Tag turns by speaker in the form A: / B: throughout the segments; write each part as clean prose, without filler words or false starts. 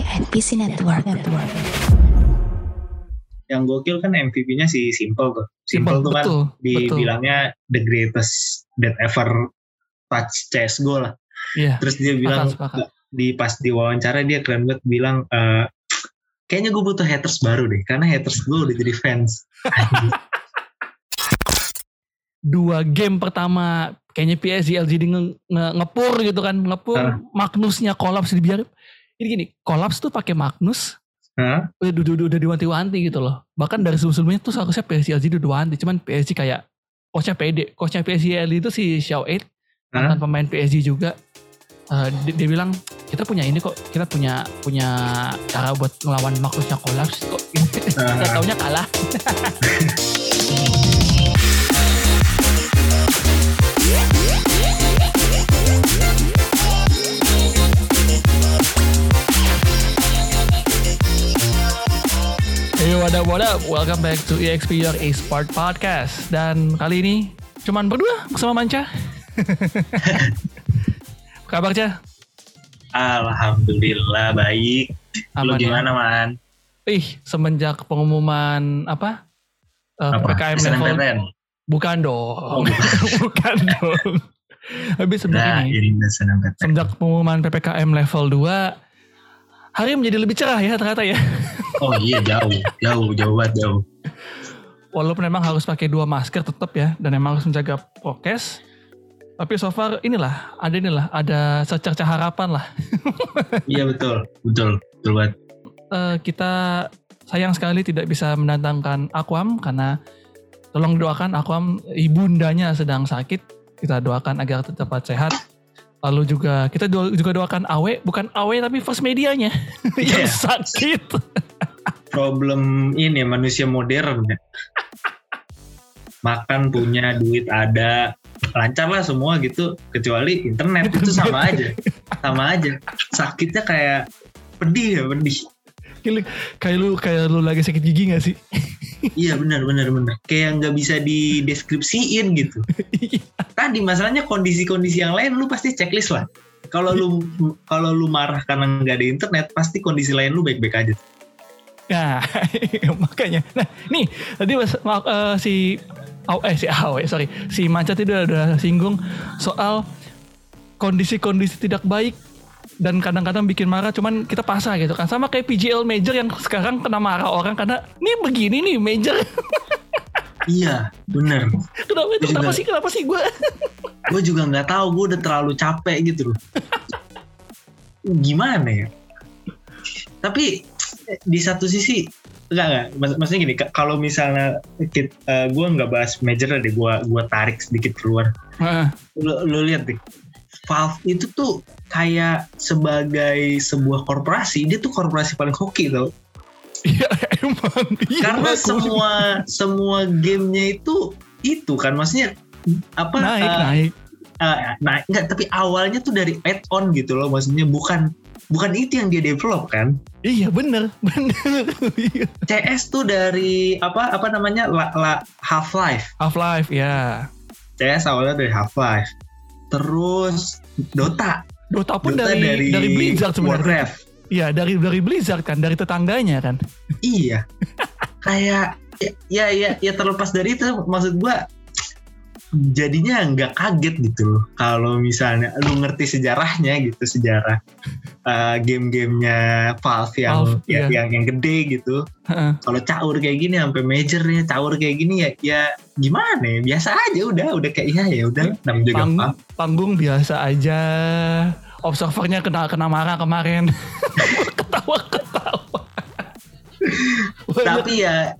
A: NPC Network.
B: Yang gokil kan MVP-nya si Simple tuh. Simple tuh kan dibilangnya the greatest that ever touch CSGO lah.
C: Iya.
B: Terus dia bilang pas di wawancara dia keren banget bilang kayaknya gue butuh haters baru deh karena haters gue udah jadi fans.
C: 2 game pertama kayaknya PSG LGD ngepur gitu kan, Magnusnya kolaps dibiarin. Ini gini, kolaps tuh pakai Magnus. Udah diwanti-wanti gitu loh. Bahkan dari sebelumnya tuh seharusnya PSG LGD udah wanti, cuman PSG kayak coachnya PSG LGD itu si Xiao Eight, mantan pemain PSG juga. Dia bilang kita punya ini kok, kita punya cara buat ngelawan Magnusnya kolaps kok. Kita taunya kalah. Hey, what up? Welcome back to EXP Your Esport Podcast. Dan kali ini cuman berdua bersama Manca. Kabar, Ca?
B: Alhamdulillah baik. Lu gimana, ya? Man?
C: Semenjak pengumuman PPKM level. Bukan dong. Bukan dong. Habis semenjak pengumuman PPKM level 2, hari menjadi lebih cerah ya ternyata ya.
B: Oh iya, jauh.
C: Walaupun memang harus pakai 2 masker tetap ya, dan memang harus menjaga prokes. Tapi so far ada secercah harapan lah.
B: Iya betul banget.
C: Kita sayang sekali tidak bisa mendatangkan Aquam karena tolong doakan Aquam, ibundanya sedang sakit. Kita doakan agar tetap sehat. Lalu juga kita juga doakan Awe, bukan Awe tapi First Medianya yang sakit.
B: Problem ini manusia modern ya. Makan punya, duit ada, lancar lah semua gitu, kecuali internet itu sama aja. Sakitnya kayak pedih.
C: Kayak lu lagi sakit gigi nggak sih?
B: Iya benar. Kayak nggak bisa dideskripsiin gitu. Tadi masalahnya kondisi-kondisi yang lain lu pasti checklist lah. Kalau lu marah karena nggak ada internet, pasti kondisi lain lu baik-baik aja.
C: Nah, makanya. Nah, nih tadi si Manca tadi udah singgung soal kondisi-kondisi tidak baik dan kadang-kadang bikin marah, cuman kita pasrah gitu kan. Sama kayak PGL Major yang sekarang kena marah orang karena ini begini nih Major.
B: Iya, benar.
C: Kenapa sih gue?
B: Gue juga nggak tahu, gue udah terlalu capek gitu loh. Gimana ya? Tapi di satu sisi enggak. Maksudnya gini, kalau misalnya gue nggak bahas Major deh, gue tarik sedikit keluar. Lo lihat deh, Valve itu tuh kayak sebagai sebuah korporasi, dia tuh korporasi paling hoki tau.
C: Iya emang.
B: Karena semua gamenya itu kan, maksudnya apa? Naik. Enggak, tapi awalnya tuh dari add-on gitu loh, maksudnya bukan itu yang dia develop kan?
C: Iya bener.
B: CS tuh dari apa namanya Half-Life
C: ya.
B: CS awalnya dari Half-Life. Terus Dota
C: pun dari Blizzard sebenarnya.
B: Warcraft.
C: Iya dari Blizzard kan, dari tetangganya kan.
B: Iya. Kayak ya terlepas dari itu, maksud gua jadinya nggak kaget gitu loh kalau misalnya lu ngerti sejarahnya gitu, sejarah game-gamenya Valve yang gede gitu. Kalau caur kayak gini sampai majornya caur kayak gini ya gimana ya, biasa aja udah kayak ya udah namanya juga
C: panggung biasa aja. Observernya kena marah kemarin. Ketawa.
B: Tapi ya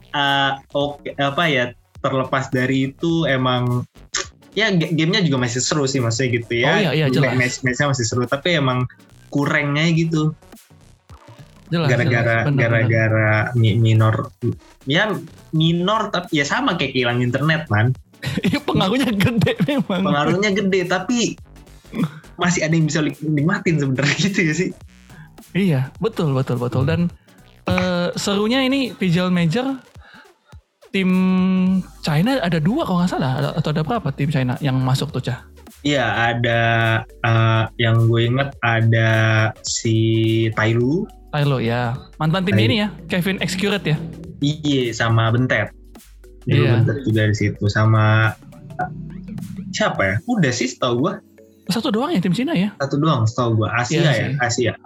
B: terlepas dari itu emang ya gamenya juga masih seru sih, maksudnya gitu ya.
C: Oh iya jelas.
B: Match-nya masih seru, tapi emang kurangnya gitu.
C: Jelas,
B: gara-gara minor tapi ya sama kayak hilang internet man.
C: Iya pengaruhnya gede memang.
B: Pengaruhnya gede tapi masih ada yang bisa nikmatin sebenarnya gitu ya sih.
C: Iya betul dan serunya ini PGL Major. Tim China ada 2 kalau nggak salah, atau ada berapa tim China yang masuk tuh, Cah?
B: Iya ada yang gue inget ada si Tailu
C: Tylo ya. Mantan timnya ini ya, Kevin Xcurate ya.
B: Iya, sama Bentet. Bentet juga di situ, sama siapa ya? Udah sih setahu gue.
C: Satu doang ya tim Cina ya?
B: Satu doang setahu gue. Asia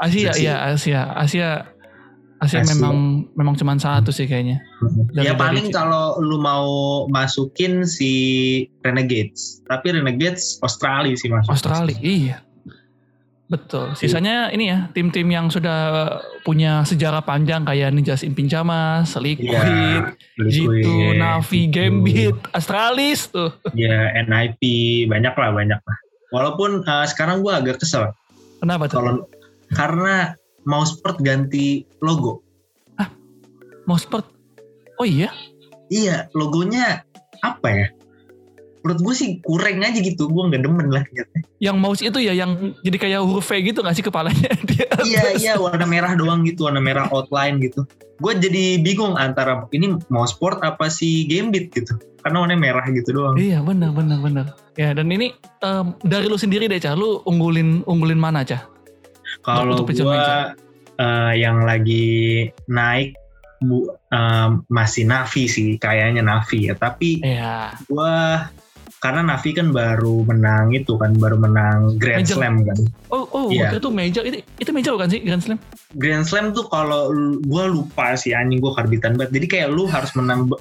C: memang cuma satu sih kayaknya.
B: Ya paling kalau lu mau masukin si Renegades, tapi Renegades Australia sih masuk.
C: Australia, iya. Betul. Sisanya ini ya, tim-tim yang sudah punya sejarah panjang kayak Ninjas in Pyjamas, Liquid, G2, Navi, Gambit, Astralis tuh.
B: Ya, NIP, banyak lah. Walaupun sekarang gue agak kesel.
C: Kenapa tuh?
B: Karena Mouseport ganti logo.
C: Mouseport? Oh iya?
B: Iya, logonya apa ya? Menurut gue sih kurang aja gitu, gue gak demen lah ternyata.
C: Yang mouse itu ya, yang jadi kayak huruf V gitu gak sih kepalanya?
B: Iya, warna merah doang gitu, warna merah outline gitu. Gue jadi bingung antara ini Mouseport apa si Gambit gitu. Karena warnanya merah gitu doang.
C: Iya benar. Ya dan ini dari lu sendiri deh Cah, lu unggulin mana Cah?
B: Kalau gue yang lagi naik masih Navi sih, kayaknya Navi ya. Tapi gue karena Navi kan baru menang Grand Major. Slam kan.
C: Iya. Itu Major, itu Major bukan sih Grand Slam?
B: Grand Slam tuh kalau gue lupa sih, anjing gue karbitan banget. Jadi kayak lu harus menang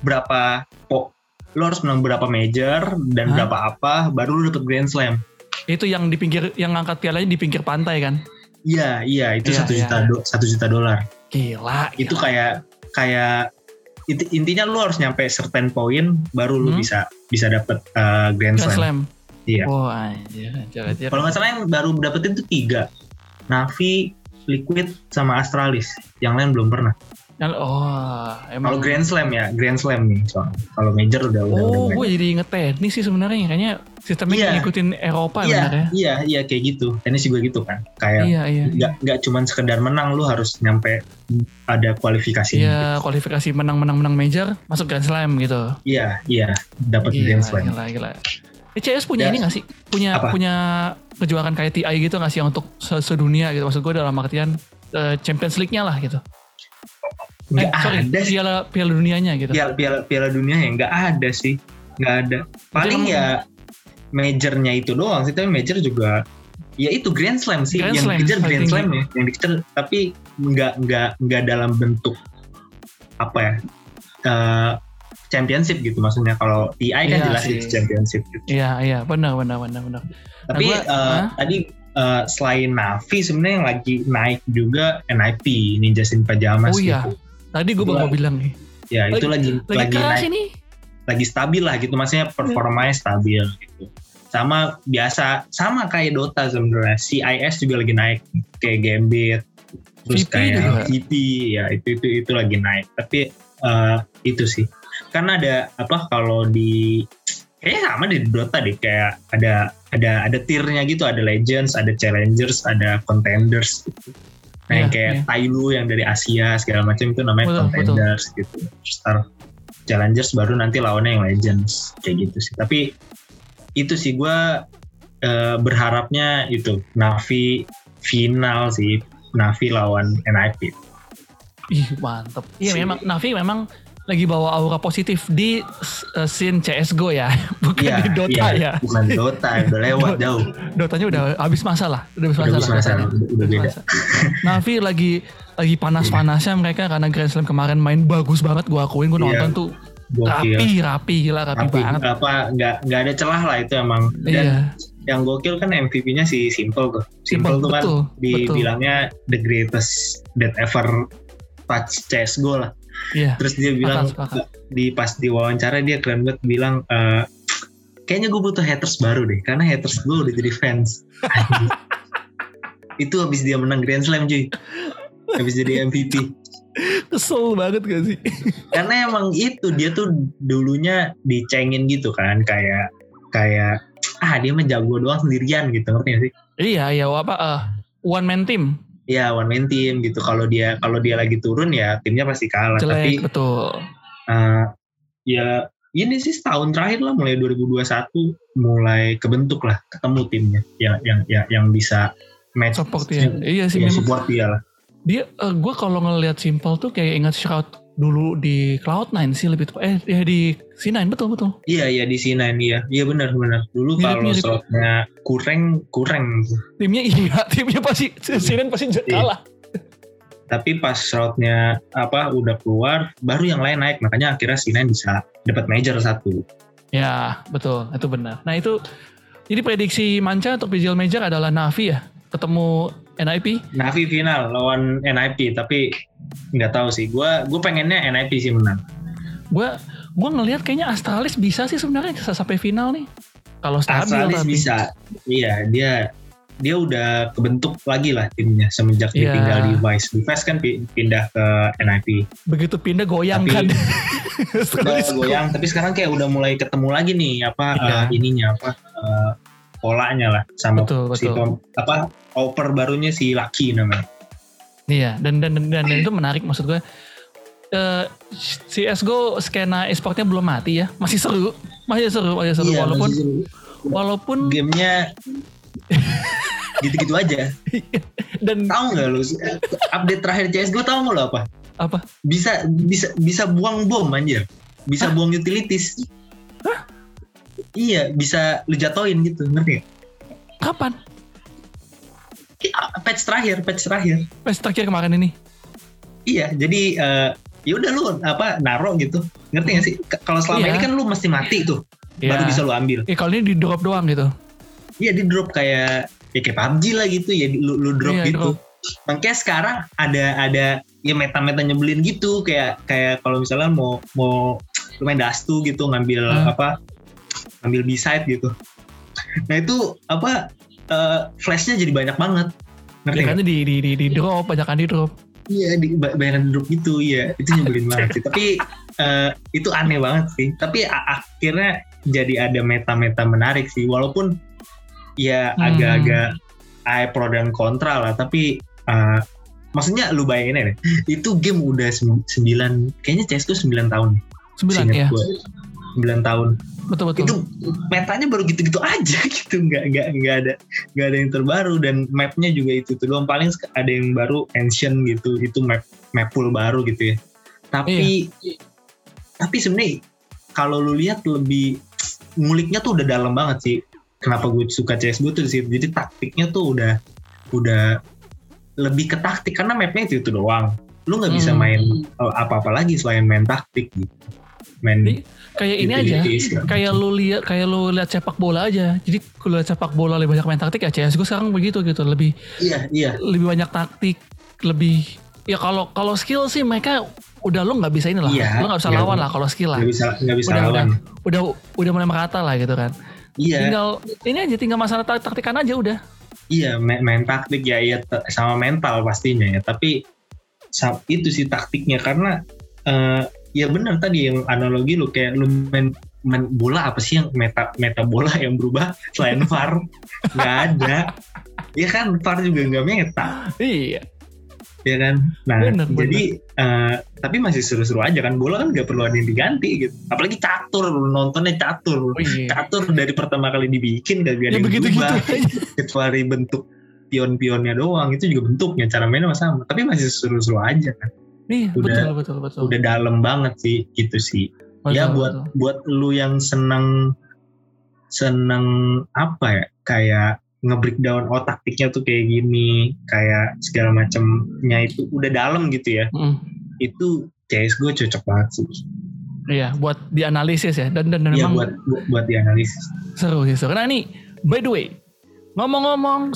B: berapa major dan berapa apa, baru lu dapet Grand Slam.
C: Itu yang di pinggir, yang ngangkat pialanya di pinggir pantai kan?
B: Iya itu $1 juta. Gila. Itu kayak intinya lu harus nyampe certain point baru lu bisa dapet Grand Slam. Iya.
C: Oh anjir.
B: Kalau nggak salah yang baru dapetin tuh 3, Navi, Liquid, sama Astralis. Yang lain belum pernah.
C: Emang.
B: Kalau Grand Slam nih. Kalau Major udah.
C: Gue jadi inget tenis sih sebenarnya. Kayaknya sistemnya ngikutin Eropa benar ya.
B: Iya kayak gitu. Tenis juga gitu kan. Kayak nggak cuma sekedar menang, lu harus nyampe ada kualifikasi.
C: Iya, kualifikasi menang Major, masuk Grand Slam gitu.
B: Iya, dapat Grand Slam.
C: Gila. CS punya ini nggak sih? Punya kejuaraan kayak TI gitu nggak sih untuk sedunia gitu? Maksud gue dalam artian Champions League-nya lah gitu.
B: Nggak ada sih.
C: Piala dunianya gitu.
B: Piala dunia nggak ada sih. Nggak ada. Paling ya majornya itu doang sih. Tapi major juga ya itu Grand Slam sih. Yang dikejar Grand Slam ya. Yang dikejar tapi nggak dalam bentuk apa ya, championship gitu maksudnya. Kalau TI kan jelas itu championship gitu.
C: Iya benar.
B: Tapi tadi selain Navi sebenarnya yang lagi naik juga NIP, Ninjas in Pyjamas.
C: Gitu. Tadi gue baru bilang nih.
B: Ya itu lagi
C: keras
B: naik,
C: ini. Lagi
B: stabil lah gitu, maksudnya performanya stabil gitu. Sama kayak Dota sebenarnya. CIS juga lagi naik kayak Gambit. Terus VP kayak juga. VP ya itu lagi naik. Tapi itu sih. Karena ada kalau di kayaknya sama di Dota deh, kayak ada tiernya gitu, ada Legends, ada Challengers, ada Contenders gitu. Nah yang kayak Tylo yang dari Asia segala macam itu namanya Contenders gitu. Star Challengers baru nanti lawannya yang Legends kayak gitu sih. Tapi itu sih gue berharapnya itu Navi final sih, Navi lawan NIP.
C: Ih mantep. Iya memang Navi memang lagi bawa aura positif di scene CSGO ya, bukan di Dota ya.
B: Bukan Dota, udah lewat jauh.
C: Dotanya udah habis masa lah, udah beda. Navi lagi panas-panasnya mereka karena Grand Slam kemarin main bagus banget, gue akuin, gue nonton tuh rapi banget.
B: Nggak ada celah lah itu emang. Dan yang gokil kan MVP-nya si Simple tuh. Simple tuh kan dibilangnya the greatest that ever touch CSGO lah.
C: Iya.
B: Terus dia bilang pas di wawancara dia keren banget bilang kayaknya gue butuh haters baru deh karena haters gue udah jadi fans. Itu habis dia menang Grand Slam cuy, habis jadi MVP.
C: Kesel banget gak sih?
B: Karena emang itu dia tuh dulunya dicengin gitu kan, kayak dia mah jago doang sendirian gitu, ngerti gak sih?
C: Iya one man team.
B: Ya one man team gitu. Kalau dia lagi turun ya timnya pasti kalah.
C: Jelek,
B: tapi
C: betul.
B: Ya ini sih setahun terakhir lah, mulai 2021 mulai kebentuk lah, ketemu timnya yang bisa match
C: support ya. Iya sih memang.
B: Support dia lah.
C: Dia gue kalau ngelihat Simple tuh kayak ingat Shroud dulu di Cloud9 sih lebih tepat. Di C9 betul.
B: Iya di C9 iya. Iya benar. Dulu kalau Shroudnya kurang.
C: Timnya pasti C9 pasti kalah.
B: Tapi pas Shroudnya udah keluar, baru yang lain naik. Makanya akhirnya C9 bisa dapat major 1.
C: Ya betul, itu benar. Nah itu jadi prediksi Manca untuk PGL Major adalah Navi ya, ketemu NIP.
B: Navi final lawan NIP, tapi nggak tahu sih. Gue pengennya NIP sih menang.
C: Gue ngelihat kayaknya Astralis bisa sih sebenarnya sampai final nih. Kalau stabil
B: Astralis
C: tapi.
B: Bisa. Iya dia udah kebentuk lagi lah timnya semenjak ditinggal di Vice. Di Vice kan pindah ke NIP.
C: Begitu pindah goyang kan.
B: Goyang, tapi sekarang kayak udah mulai ketemu lagi nih polanya lah sama
C: betul.
B: si oper barunya si Lucky namanya. Iya,
C: dan itu menarik maksud gue. CSGO skena e-sportnya belum mati ya, masih seru. Iya, walaupun
B: gamenya gitu-gitu aja. Dan tahu nggak lu update terakhir CSGO tahu nggak lu apa? Bisa buang bom anjir. Bisa buang utilities.
C: Hah?
B: Iya, bisa lu jatoin gitu, ngerti gak?
C: Kapan?
B: Patch terakhir.
C: Patch terakhir kemarin ini.
B: Iya, jadi ya udah lu naruh gitu. Ngerti gak sih? Kalau selama ini kan lu mesti mati tuh. Baru bisa lu ambil.
C: Kalau ini di drop doang gitu.
B: Iya, di drop kayak PUBG lah gitu ya, lu drop gitu. Drop. Makanya sekarang ada ya meta nyebelin gitu, kayak kalau misalnya mau lu main Dastu gitu, ngambil ngambil B-side gitu. Nah itu flashnya jadi banyak banget.
C: Ngerti kan di drop, banyakan di drop.
B: Iya, banyakan di drop gitu, iya. Itu nyebelin banget sih. Tapi itu aneh banget sih. Tapi akhirnya jadi ada meta menarik sih. Walaupun ya agak-agak pro dan kontra lah. Tapi maksudnya lu bayangin deh. Itu game udah 9, kayaknya CSGO 9 tahun.
C: 9 ya.
B: 9 tahun.
C: Betul.
B: Itu metanya baru gitu-gitu aja gitu, nggak ada yang terbaru, dan mapnya juga itu doang, paling ada yang baru Ancient gitu, itu map pool baru gitu ya. Tapi sebenarnya kalau lu lihat lebih nguliknya tuh udah dalam banget sih. Kenapa gue suka CSGO tuh di situ. Jadi taktiknya tuh udah lebih ke taktik, karena mapnya itu doang. Lu nggak bisa main apa-apa lagi selain main taktik gitu.
C: Kayak ini aja, kayak lu lihat sepak bola aja. Jadi kalau lihat sepak bola lebih banyak main taktik ya, CSGO sekarang begitu gitu, lebih lebih banyak taktik, lebih ya kalau skill sih mereka udah lo nggak bisa ini lah, lo nggak bisa lawan lah kalau skill lah.
B: Nggak bisa lawan.
C: Udah mulai merata lah gitu kan. Iya. Tinggal masalah taktikan aja udah. Iya,
B: main taktik ya sama mental pastinya ya. Tapi itu sih taktiknya, karena ya benar tadi yang analogi lu, kayak lu main bola, apa sih yang meta bola yang berubah selain VAR? Nggak ada. Ya kan, VAR juga nggak meta.
C: Iya.
B: Ya kan. Nah, jadi tapi masih seru-seru aja kan. Bola kan nggak perlu ada yang diganti gitu. Apalagi catur, lu nontonnya catur. Catur dari pertama kali dibikin gak ada yang berubah. Kecuali bentuk pion-pionnya doang, itu juga bentuknya, cara mainnya sama. Tapi masih seru-seru aja kan.
C: Iya, betul.
B: Udah dalam banget sih gitu sih. Buat lu yang seneng apa ya, kayak nge-breakdown taktiknya tuh kayak gini, kayak segala macamnya itu udah dalam gitu ya. Itu CSGO cocok banget sih.
C: Iya, buat dianalisis ya, dan
B: memang buat dianalisis.
C: Seru. Nah nih, by the way, ngomong-ngomong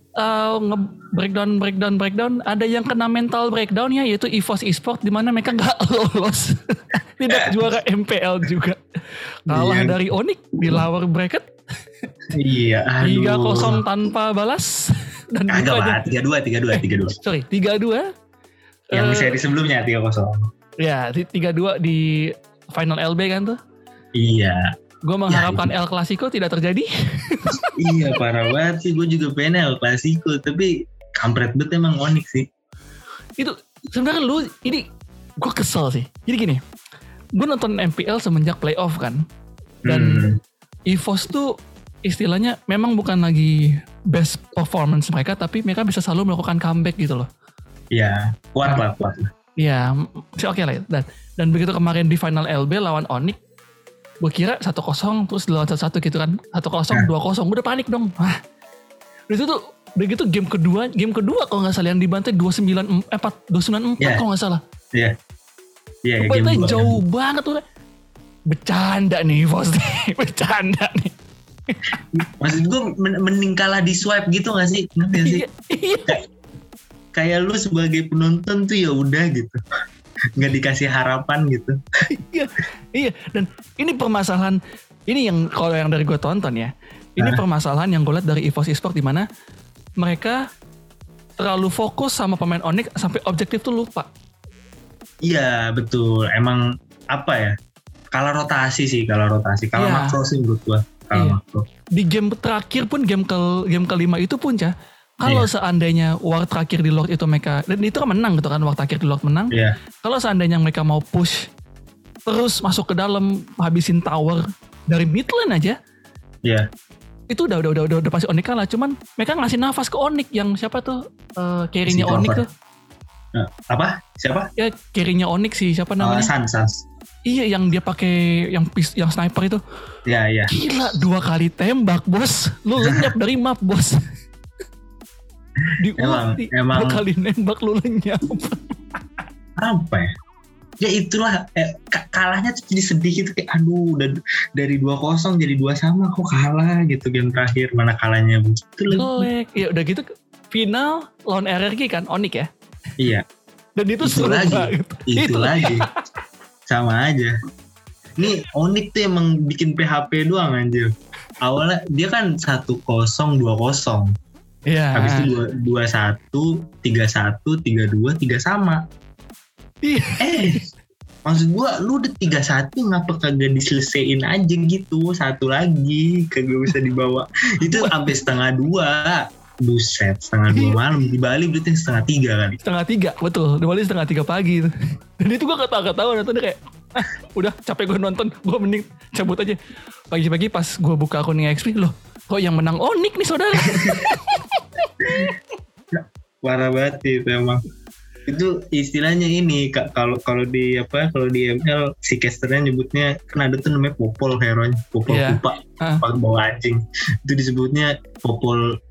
C: breakdown, ada yang kena mental breakdown ya, yaitu EVOS Esports, di mana mereka nggak lolos, tidak juara MPL juga, kalah dari Onyx di lower bracket.
B: Iya,
C: 3-0 tanpa balas, dan
B: agak banget 3-2.
C: Sorry, 3-2.
B: Yang seri sebelumnya 3-0.
C: Ya, 3-2 di final LB kan tuh.
B: Iya.
C: Gue mengharapkan El Clasico tidak terjadi.
B: Iya, parah banget sih. Gue juga pengen El Clasico, tapi kampret banget emang Onyx sih.
C: Itu sebenarnya ini gue kesel sih. Jadi gini, gue nonton MPL semenjak playoff kan, dan EVOS tuh istilahnya memang bukan lagi best performance mereka, tapi mereka bisa selalu melakukan comeback gitu loh.
B: Iya, kuat lah.
C: Iya, oke lah. Dan begitu kemarin di final LB lawan Onyx, gue kira 1-0 terus lawan 1-1 gitu kan. 1-0, 2-0, udah panik dong. Wah. Itu tuh begitu game kedua kalau nggak salah yang dibantai 294 kalau nggak salah.
B: Iya. Iya,
C: game jauh banget tuh. Bercanda nih, Bos. Bercanda nih.
B: Maksud gue mending kalah di swipe gitu gak sih? Ngerti gak sih? Kayak lu sebagai penonton tuh ya udah gitu, nggak dikasih harapan gitu.
C: Iya. Dan ini permasalahan, ini yang kalau yang dari gue tonton ya, ini permasalahan yang gue lihat dari EVOS Esports di mana mereka terlalu fokus sama pemain Onyx sampai objektif tuh lupa.
B: Iya betul, emang apa ya? Kalah rotasi, makro sih menurut gue. Makro.
C: Di game terakhir pun game kelima itu pun kalau seandainya war terakhir di Lord itu mereka, dan itu kan menang gitu kan, war terakhir di Lord menang. Kalau seandainya mereka mau push terus masuk ke dalam, habisin tower dari mid lane aja, itu udah pasti Onyx kalah. Cuman mereka ngasih nafas ke Onyx yang siapa tuh carry-nya Onyx tuh.
B: Apa? Siapa?
C: Ya carry-nya Onyx sih, siapa namanya?
B: Sans.
C: Iya, yang dia pakai yang sniper itu.
B: Iya.
C: Gila, 2 kali tembak, Bos. Lu lenyap dari map, Bos. Emang 2 kali nembak lu lenyap.
B: Apa ya? Ya itulah kalahnya tuh jadi sedih gitu, kayak aduh dari 2-0 jadi 2-2 kok kalah gitu game terakhir, mana kalahnya begitu lagi.
C: Ya udah gitu final lawan RRQ kan Onyx ya.
B: Iya.
C: Dan itu lagi.
B: Itu lagi. Sama aja. Nih Onyx tuh emang bikin PHP doang anjir. Awalnya dia kan 1-0, 2-0.
C: Iya.
B: Habis itu 2-1, 3-1, 3-2, 3 sama. Maksud gua lu udah 3-1 ngapa kagak diselesain aja gitu, satu lagi kagak bisa dibawa. Itu sampai 1:30. Buset, 2:30 malam. Di Bali berarti 2:30 kali.
C: 2:30, betul. Di Bali 3:30 pagi. Dan itu gue ketawa-ketawa nontonnya kayak, udah capek gue nonton, gue mending cabut aja. Pagi-pagi pas gue buka akun XP, loh kok yang menang Onyx nih saudara.
B: Parah banget itu emang. Itu istilahnya ini kalau di ML si casternya nyebutnya kan ada tuh namanya popol hero-nya, popol kupa, bawa anjing. Itu disebutnya popol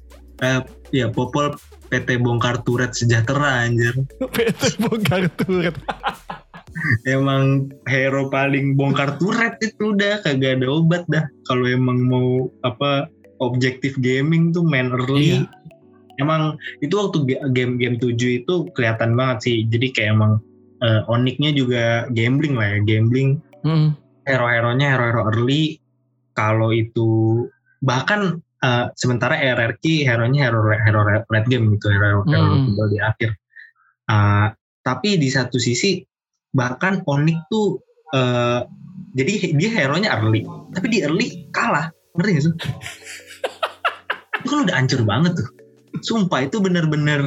B: PT Bongkar Turret Sejahtera anjir.
C: PT Bongkar Turret.
B: Emang hero paling bongkar turret itu udah kagak ada obat dah. Kalau emang mau objektif gaming tuh main early. Emang itu waktu game 7 itu kelihatan banget sih. Jadi kayak emang Onyx-nya juga gambling lah ya, gambling. Hero-heronya hero early. Kalau itu bahkan sementara RRQ hero-nya hero red game gitu, hero di akhir. Tapi di satu sisi bahkan Onyx tuh jadi dia hero-nya early, tapi di early kalah, ngerti gak sih? Itu kan udah hancur banget tuh. Sumpah itu bener-bener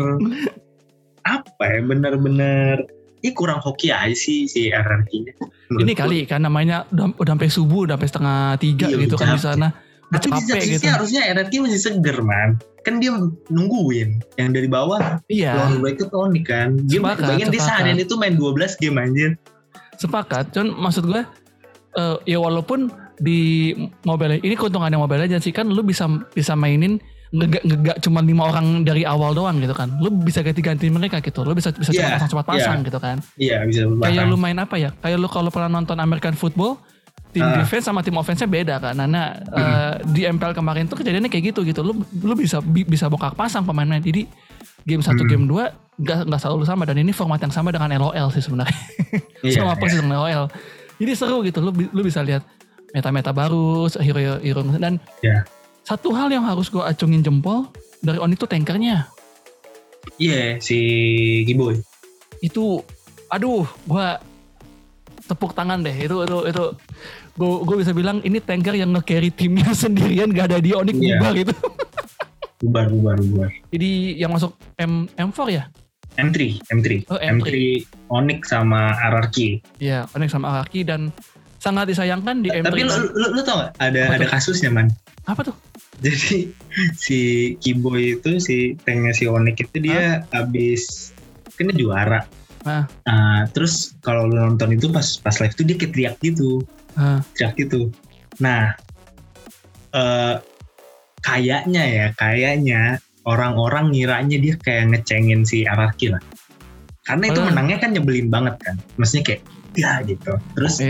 B: kurang hoki aja sih si RRQ-nya.
C: Ini kali kan namanya udah sampai subuh, udah sampai 2:30 gitu kan di sana.
B: Tapi di satu sisi harusnya RRQ masih seger man. Kan dia nungguin yang dari bawah. Lawan itu Onyx kan. Dia bayangin dia seharian itu main 12 game anjir.
C: Sepakat. Cuman maksud gue ya walaupun di Mobile ini keuntungannya Mobile Legends sih kan lu bisa mainin nggak cuma 5 orang dari awal doang gitu kan. Lu bisa ganti-ganti mereka gitu. Lu bisa cepat pasang gitu kan.
B: Iya, bisa pasang.
C: Kayak lu main apa ya? Kayak lu kalau pernah nonton American Football, tim defense sama tim offense-nya beda kan. Nah, di MPL kemarin tuh kejadiannya kayak gitu. Lu bisa bokak pasang pemainnya. Jadi game 1 game 2 enggak selalu sama, dan ini format yang sama dengan LOL sih sebenarnya. Sama persis dengan LOL. Jadi seru gitu. Lu bisa lihat meta-meta baru, hero dan satu hal yang harus gue acungin jempol dari Onyx itu tankernya.
B: Si Giboy.
C: Itu aduh, gue tepuk tangan deh. Itu gue bisa bilang ini tanker yang nge-carry timnya sendirian, gak ada di Onyx bubar gitu.
B: Bubar.
C: Jadi yang masuk M4 ya?
B: M3. Oh, M3 Onyx sama RRQ.
C: Iya, Onyx sama RRQ, dan sangat disayangkan di M3.
B: Tapi lu tau gak ada kasusnya man?
C: Apa tuh?
B: Jadi si Kiboy itu, si tanknya si Onyx itu dia habis kan dia juara. Terus kalau lu nonton itu pas live tuh dia kayak teriak gitu. Nah, kayaknya orang-orang ngiranya dia kayak ngecengin si RRQ lah. Karena itu menangnya kan nyebelin banget kan. Maksudnya kayak ya gitu. Terus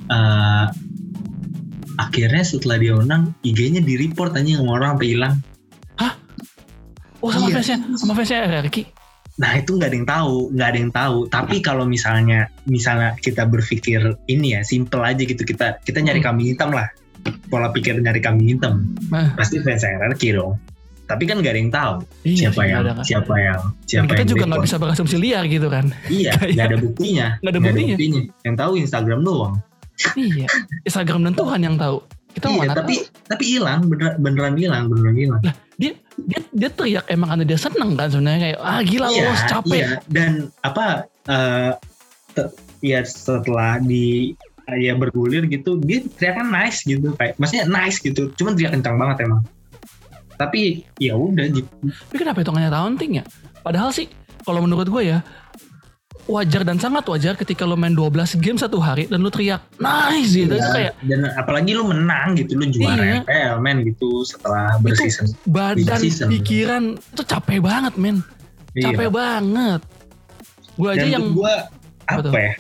B: akhirnya setelah dia menang, IG-nya di-report aja sama orang sampai hilang.
C: Hah? Oh sama fansnya RRQ?
B: Nah itu nggak ada yang tahu. Tapi kalau misalnya kita berpikir ini ya simple aja gitu, kita nyari kambing hitam lah. Pola pikir nyari kambing hitam, pasti fans RRQ dong. Tapi kan gak ada yang tahu siapa yang
C: kita juga nggak bisa berasumsi liar gitu kan.
B: Iya, nggak ada buktinya. Yang tahu Instagram doang.
C: Iya, Instagram dan Tuhan yang tahu. Kita mana tahu. Tapi hilang, beneran hilang. Lah, dia teriak emang karena dia seneng kan sebenarnya kayak gila bos capek. Iya. Dan setelah bergulir gitu, dia teriakan nice gitu, kayak maksudnya nice gitu, cuman teriak kencang banget emang. Tapi ya udah gitu. Tapi kenapa hitungannya taunting ya? Padahal sih kalau menurut gue ya wajar dan sangat wajar ketika lo main 12 game satu hari dan lo teriak nice gitu. Itu kayak,
B: dan apalagi lo menang gitu, lo juara MPL men gitu setelah berseason.
C: Badan pikiran itu capek banget men. Capek banget. Gue aja
B: dan
C: yang
B: gue apa ya?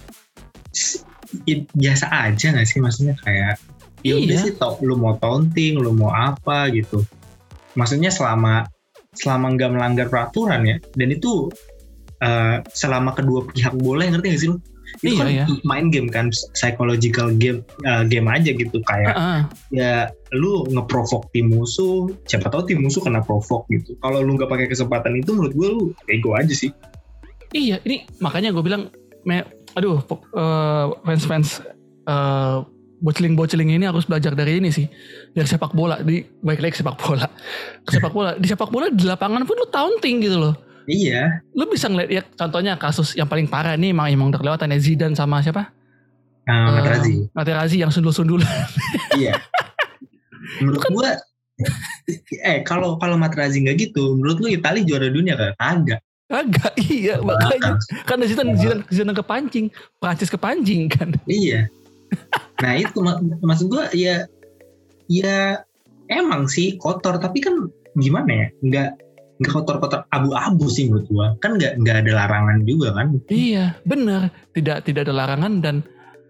B: Biasa aja gak sih, maksudnya kayak ya udah sih lo mau taunting, lo mau apa gitu. Maksudnya selama nggak melanggar peraturan ya, dan itu selama kedua pihak boleh, ngerti nggak sih lu? Itu kan main game kan, psychological game aja gitu, kayak ya lu ngeprovoke tim musuh, siapa tahu tim musuh kena provoke gitu. Kalau lu nggak pakai kesempatan itu, menurut gue lu ego aja sih.
C: Iya, ini makanya gue bilang, fans bocling ini harus belajar dari ini sih, dari sepak bola. Baik lagi sepak bola. Di sepak bola di lapangan pun lu taunting gitu loh.
B: Iya.
C: Lu bisa ngeliat ya, contohnya kasus yang paling parah nih emang udah kelewatan ya, Zidane sama siapa? Materazzi yang sundul-sundulan. Iya.
B: Menurut gua kalau Materazzi nggak gitu, menurut lu Italia juara dunia kan?
C: Agak, iya makanya. Kan Zidane kepancing, Prancis kepancing kan.
B: Iya. Nah itu maksud gue ya emang sih kotor, tapi kan gimana ya, nggak kotor abu-abu sih menurut gue, kan nggak ada larangan juga kan.
C: Iya benar, tidak ada larangan. Dan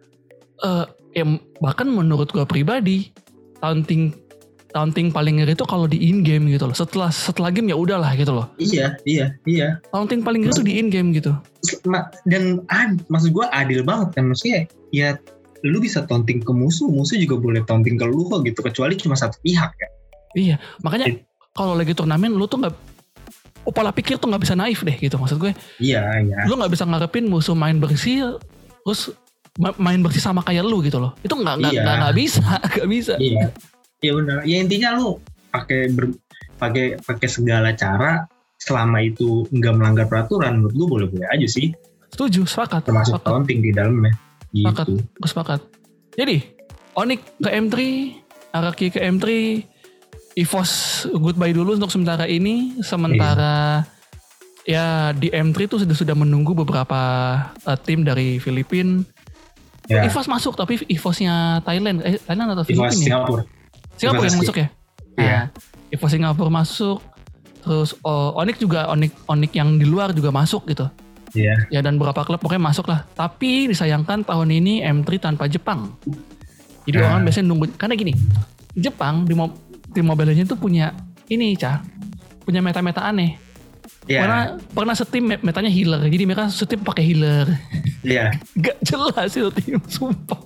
C: bahkan menurut gue pribadi taunting paling ngeri itu kalau di in game gitu loh. Setelah game ya udahlah gitu loh. Iya. Taunting paling ngeri itu di in game gitu.
B: Dan maksud gue adil banget kan, maksudnya ya lu bisa taunting ke musuh juga boleh taunting ke lu kok gitu, kecuali cuma satu pihak ya.
C: Iya, makanya kalau lagi turnamen lu tuh pola pikir tuh nggak bisa naif deh gitu, maksud gue.
B: Iya.
C: Lu nggak bisa ngarepin musuh main bersih terus main bersih sama kayak lu gitu loh. Itu nggak bisa.
B: Iya benar. Ya intinya lu pakai segala cara selama itu nggak melanggar peraturan, menurut gue boleh aja sih.
C: Setuju, sepakat.
B: Termasuk taunting di dalamnya. Gitu.
C: Sepakat. Jadi Onyx ke M3, RRQ ke M3, EVOS goodbye dulu untuk sementara ini. Sementara ya di M3 tuh sudah menunggu beberapa tim dari Filipina. EVOS masuk, tapi EVOS-nya Thailand atau Filipina? Singapura yang masuk ya? Iya. EVOS Singapura masuk. Terus Onyx yang di luar juga masuk gitu.
B: Iya.
C: Ya dan beberapa klub pokoknya masuk lah. Tapi disayangkan tahun ini M3 tanpa Jepang. Jadi orang biasanya nunggu, karena gini, Jepang di Mobile Legends tuh punya punya meta-meta aneh. Yeah. Pernah setim metanya healer, jadi mereka setim pakai healer.
B: Iya.
C: Gak jelas itu tim, sumpah.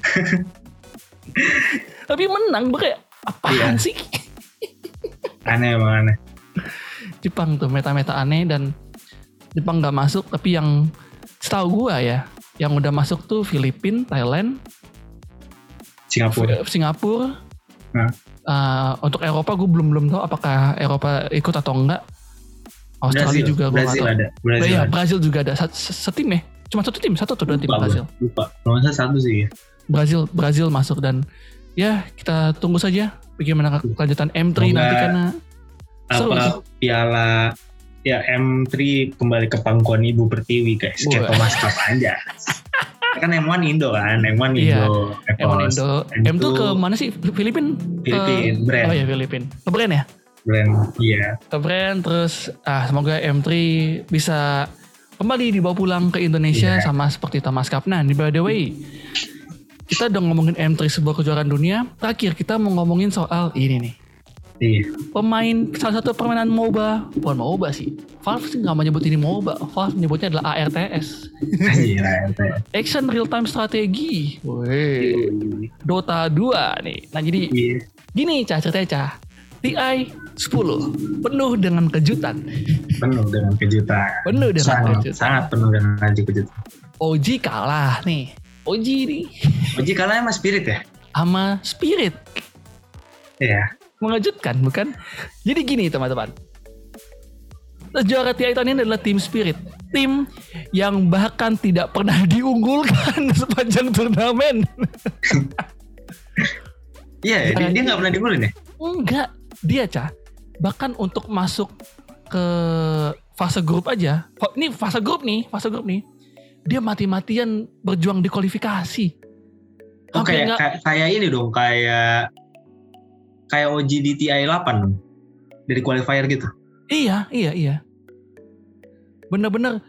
C: Tapi menang, kayak apaan sih?
B: Aneh emang aneh.
C: Jepang tuh meta-meta aneh, dan Jepang gak masuk. Tapi yang setahu gue ya, yang udah masuk tuh Filipina, Thailand, Singapura. Untuk Eropa gue belum tahu apakah Eropa ikut atau enggak. Australia juga gue nggak tahu. Brazil juga ada setim ya. Cuma satu tim, satu atau dua tim Brazil.
B: Lupa. Kalau nggak satu sih.
C: Brazil masuk, dan ya kita tunggu saja bagaimana kelanjutan M3 nanti, karena
B: apa Ya M3 kembali ke pangkuan Ibu Pertiwi guys. Kayak Thomas Cup aja. Kan M1 Indo kan, M1 Indo.
C: M1 Indo. M2 ke mana sih? Filipin?
B: Brand.
C: Oh ya Filipin. Ke brand ya?
B: Brand, iya.
C: Ke brand, terus semoga M3 bisa kembali dibawa pulang ke Indonesia sama seperti Thomas Cup. Nah, by the way, kita udah ngomongin M3 sebuah kejuaraan dunia. Terakhir kita mau ngomongin soal ini nih.
B: Iya.
C: Salah satu permainan MOBA, bukan MOBA sih. Valve sih nggak menyebut ini MOBA. Valve menyebutnya adalah ARTS.
B: ARTS.
C: Action Real Time Strategy. Dota 2 nih. Nah jadi gini ceritanya Cah. TI 10 penuh dengan kejutan.
B: Sangat penuh dengan kejutan.
C: OG kalah nih. OG
B: kalah sama Spirit ya?
C: Sama Spirit.
B: Iya.
C: Mengejutkan bukan? Jadi gini teman-teman. Juara TI tahun ini adalah tim Spirit. Tim yang bahkan tidak pernah diunggulkan sepanjang turnamen.
B: Iya, dia nggak pernah diunggulin ya?
C: Enggak, dia Cah. Bahkan untuk masuk ke fase grup aja. Ini fase grup nih. Dia mati-matian berjuang di kualifikasi.
B: Oh, kayak ini dong, kayak OG di TI 8 dari qualifier gitu.
C: Iya. Bener-bener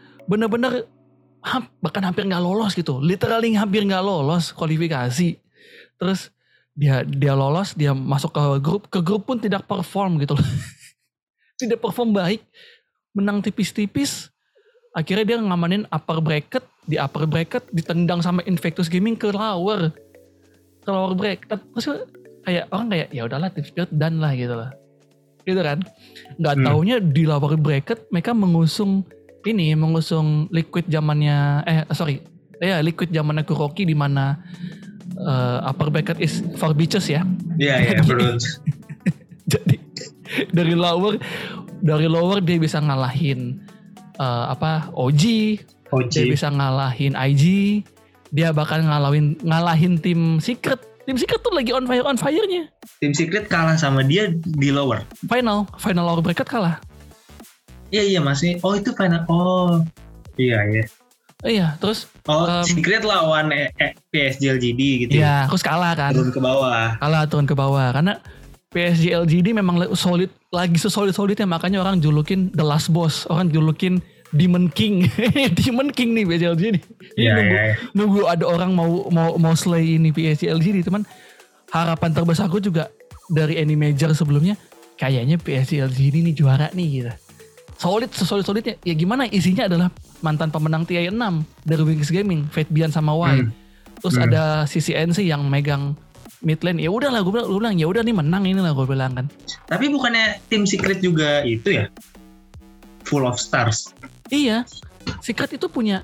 C: bahkan hampir nggak lolos gitu. Literally hampir nggak lolos kualifikasi. Terus dia lolos, dia masuk ke grup pun tidak perform gitu loh. Tidak perform baik, menang tipis-tipis. Akhirnya dia ngamanin upper bracket, di upper bracket ditendang sama Invictus Gaming ke lower bracket. Terus kayak orang kayak ya udahlah Team Spirit dan lah gitu lah. Gitu kan. Nggak taunya di lower bracket mereka mengusung Liquid zamannya Liquid zamannya Kuroki di mana upper bracket is for bitches ya.
B: Iya, betul.
C: Jadi dari lower dia bisa ngalahin OG, dia bisa ngalahin IG, dia bakal ngalahin tim Secret. Tim Secret tuh lagi on fire-nya.
B: Tim Secret kalah sama dia di lower.
C: Final lower bracket kalah.
B: Iya masih. Oh itu final. Oh iya.
C: Iya, terus
B: Secret lawan PSG LGD gitu.
C: Iya, terus kalah kan.
B: Turun ke bawah. Karena PSG LGD memang lagi sesolid-solidnya, makanya orang julukin The Last Boss, orang julukin Demon King. Demon King nih PSG LGD. Nunggu ada orang mau slay ini PSG LGD, teman. Harapan terbesarku juga dari any major sebelumnya, kayaknya PSG LGD nih juara nih gitu. Solidnya. Ya gimana, isinya adalah mantan pemenang TI 6 dari Wings Gaming, Fatebian sama Y. Terus ada CCNC yang megang mid lane. Ya udahlah gue bilang ya udah nih menang ini lah gue bilang kan. Tapi bukannya tim Secret juga itu ya? Full of stars.
C: Iya. Secret itu punya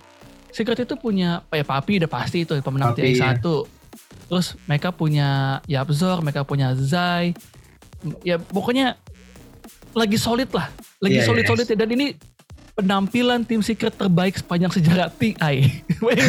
C: Papi udah pasti itu pemenang TI 1. Terus mereka punya Yapzor, mereka punya Zai. Ya pokoknya lagi solid lah. Solid ya. Dan ini penampilan tim Secret terbaik sepanjang sejarah TI.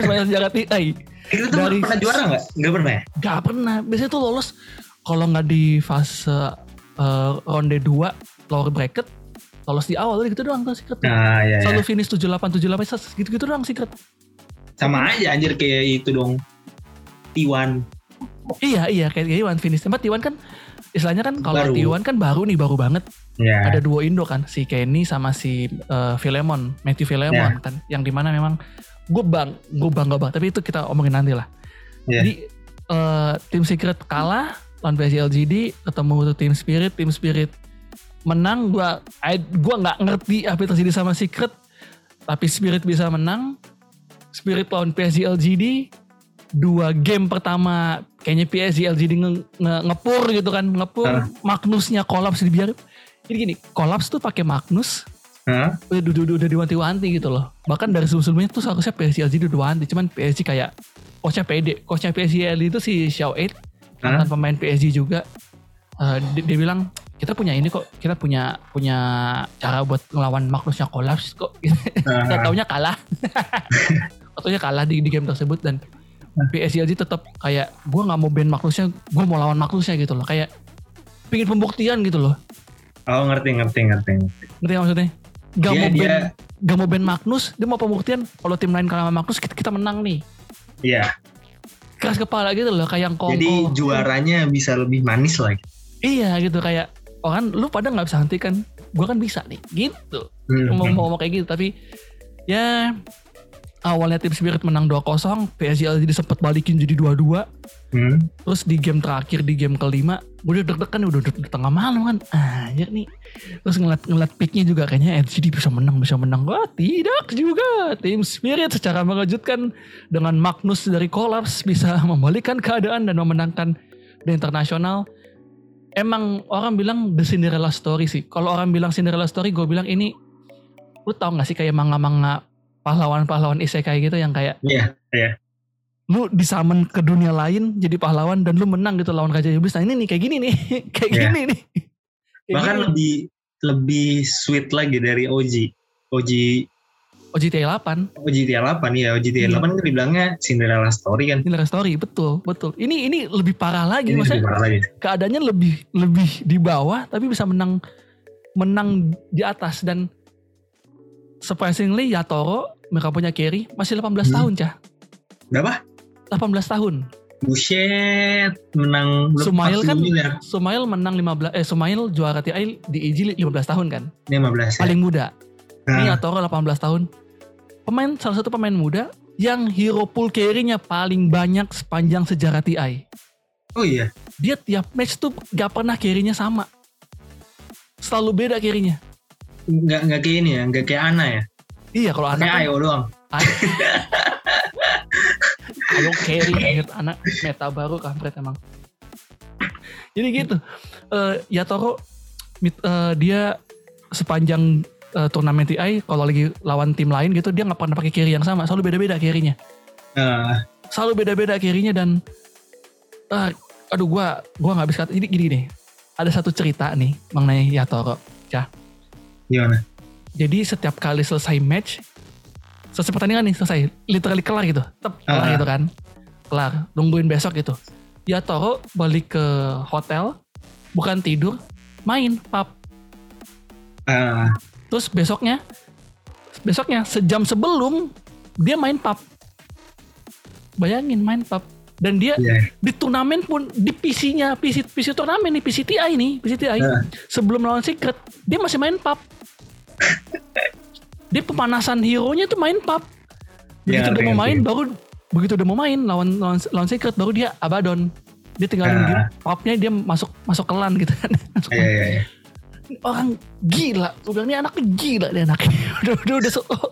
B: Itu tuh pernah juara gak? Gak pernah ya?
C: Gak pernah. Biasanya tuh lolos kalau gak di fase ronde 2 lower bracket, lolos di awal gitu doang tuh Secret. Selalu finish 78 gitu doang Secret.
B: Sama aja anjir kayak itu dong. T1.
C: Iya kayak T1 finish. Tempat T1 kan istilahnya kan kalau T1 kan baru banget. Yeah. Ada duo Indo kan, si Kenny sama si Matthew Philemon kan, yang dimana memang gue bangga banget. Tapi itu kita omongin nanti lah. Yeah. Jadi tim Secret kalah lawan PSG LGD, ketemu tim Spirit menang. Gue nggak ngerti apa yang terjadi sama Secret, tapi Spirit bisa menang. Spirit lawan PSG LGD 2 game pertama kayaknya PSG LGD ngepur gitu kan, Magnusnya kolaps dibiarin. Jadi gini, kolaps tuh pakai Magnus, udah diwanti-wanti gitu loh. Bahkan dari sebelumnya tuh seharusnya PSG LGD udah wanti, cuman PSG kayak coachnya PSG LGD itu si Xiao Eight, mantan pemain PSG juga. Dia bilang kita punya ini kok, kita punya cara buat ngelawan Magnusnya kolaps kok. Kita taunya kalah. Katanya kalah di game tersebut, dan PSG tetap kayak gue nggak mau ban Magnusnya, gue mau lawan Magnusnya gitu loh, kayak pingin pembuktian gitu loh.
B: Oh ngerti.
C: Ngerti maksudnya? Gak mau ban Magnus, dia mau pembuktian kalau tim lain kalah sama Magnus kita menang nih.
B: Iya.
C: Keras kepala gitu loh, kayak Kongko.
B: Jadi juaranya bisa lebih manis lagi.
C: Iya gitu, kayak kan lu pada nggak bisa hentikan, gue kan bisa nih gitu. Mau kayak gitu, tapi ya awalnya tim Spirit menang 2-0, PSG jadi sempat balikin jadi 2-2. Terus di game terakhir, di game kelima, gue udah deg-degan, udah tengah malam kan, anjir nih. Terus ngeliat picknya juga kayaknya LGD bisa menang. Wah tidak juga, tim Spirit secara mengejutkan dengan Magnus dari Collapse bisa membalikan keadaan dan memenangkan The International. Emang orang bilang The Cinderella Story sih. Kalau orang bilang Cinderella Story, gue bilang ini, lu tau gak sih kayak manga-manga pahlawan-pahlawan isekai gitu yang kayak lu disummon ke dunia lain jadi pahlawan dan lu menang gitu lawan Raja Iblis. Nah ini nih kayak gini nih. Gini nih.
B: Bahkan gini. lebih sweet lagi dari
C: OGTA 8.
B: OGTA 8 ya. OGTA 8 kan dibilangnya Cinderella Story kan.
C: Cinderella Story, betul. Ini lebih parah lagi. Maksudnya keadaannya lebih di bawah tapi bisa menang di atas. Dan surprisingly Yatoro, mereka punya carry, masih 18 tahun, Cah.
B: Berapa?
C: 18 tahun.
B: Buset, menang
C: Sumail kan, Sumail menang 15, Sumail juara TI di EG 15 tahun kan?
B: 15
C: paling muda. Ini Yatoro 18 tahun. Salah satu pemain muda yang hero pool carry-nya paling banyak sepanjang sejarah TI.
B: Oh iya?
C: Dia tiap match tuh gak pernah carry-nya sama. Selalu beda carry-nya.
B: Nggak kayak ini ya, nggak kayak Ana ya?
C: Iya, kalau Ana
B: kayak Ayo doang.
C: Ayo carry, anak meta baru kampret emang. Jadi gitu. Yatoro dia sepanjang turnamen TI kalau lagi lawan tim lain gitu dia nggak pernah pakai carry yang sama, selalu beda-beda carry-nya. Selalu beda-beda carry-nya dan aduh gua nggak bisa kata. Jadi gini nih, ada satu cerita nih mengenai Yatoro, Cah.
B: Gimana?
C: Jadi setiap kali selesai match, selesai pertandingan nih, selesai, literally kelar gitu, kelar gitu kan, kelar, nungguin besok gitu. Yatoro balik ke hotel, bukan tidur, main pub. Terus besoknya sejam sebelum dia main pub. Bayangin main pub. Dan dia di turnamen pun di PC turnamen nih, PC TI sebelum lawan Secret dia masih main pub. Dia pemanasan hero-nya tuh main pub. Begitu udah mau main lawan Secret baru dia Abaddon. Dia tinggalin game pubnya, dia masuk kelan gitu kan. Orang gila, gue bilang ini anaknya gila, dia anaknya udah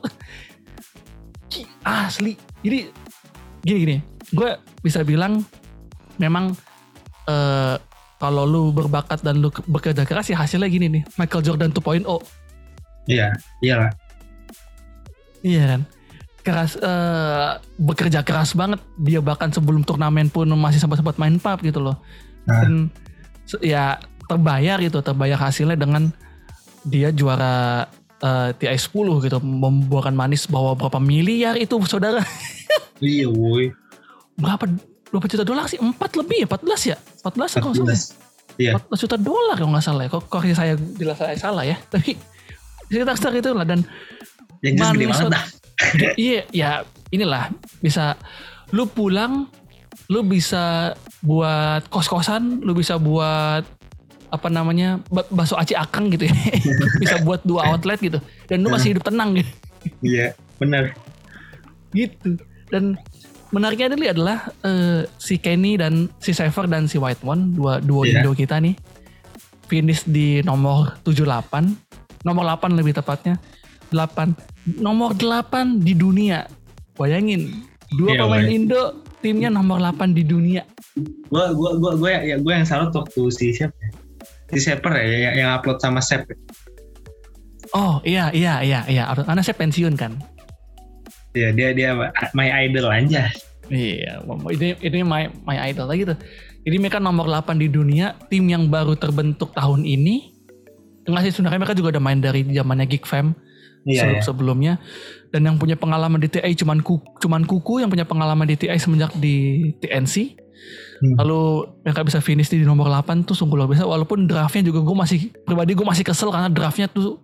C: asli. Jadi gini, gue bisa bilang memang kalau lu berbakat dan lu bekerja keras ya hasilnya gini nih, Michael Jordan 2.0.
B: Iyalah.
C: Iya kan, keras, bekerja keras banget dia, bahkan sebelum turnamen pun masih sempat main pub gitu loh. Dan ya terbayar hasilnya dengan dia juara TI 10 gitu, membuahkan manis bawa berapa miliar itu saudara.
B: Iya woi.
C: Berapa juta dolar sih? 14 ya? 14 kalau salah.
B: Iya.
C: 14 juta dolar kalau nggak salah ya. Kok saya bila saya salah ya. Tapi sekitar itu lah. Dan
B: yang jelas gede banget dah.
C: Iya, ya inilah bisa lu pulang, lu bisa buat kos-kosan, lu bisa buat apa namanya bakso aci akang gitu ya. Bisa buat 2 outlet gitu. Dan lu masih hidup tenang gitu.
B: Iya, benar.
C: Gitu. Dan menariknya adalah si Kenny dan si Sever dan si White One, dua Indo kita nih, finish di nomor 78, nomor 8 lebih tepatnya, 8, nomor 8 di dunia. Bayangin, 2 pemain Indo timnya nomor 8 di dunia.
B: Gue yang salut waktu si Sever ya, yang upload sama Sep.
C: Oh iya, karena saya pensiun kan.
B: Ya dia my idol aja.
C: Iya, ini my idol lagi tuh. Jadi mereka nomor 8 di dunia, tim yang baru terbentuk tahun ini. Enggak sih, sebenarnya mereka juga udah main dari zamannya Geek Fam sebelumnya. Dan yang punya pengalaman di TI cuman Kuku yang punya pengalaman di TI semenjak di TNC. Lalu mereka bisa finish di nomor 8 tuh sungguh luar biasa. Walaupun draftnya juga gue masih kesel karena draftnya tuh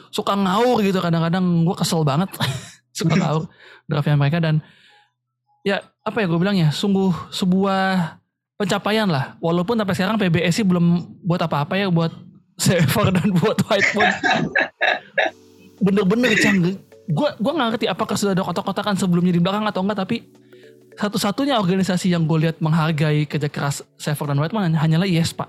C: suka ngawur gitu kadang-kadang. Gue kesel banget suka ngawur draftnya mereka. Dan ya apa ya gue bilang ya, sungguh sebuah pencapaian lah. Walaupun sampai sekarang PBSI belum buat apa-apa ya buat Xavier dan buat Whitemon. Bener-bener canggih. Gue gak ngerti apakah sudah ada kotak-kotakan sebelumnya di belakang atau enggak, tapi satu-satunya organisasi yang gue lihat menghargai kerja keras Xavier dan Whitemon hanyalah IESPA.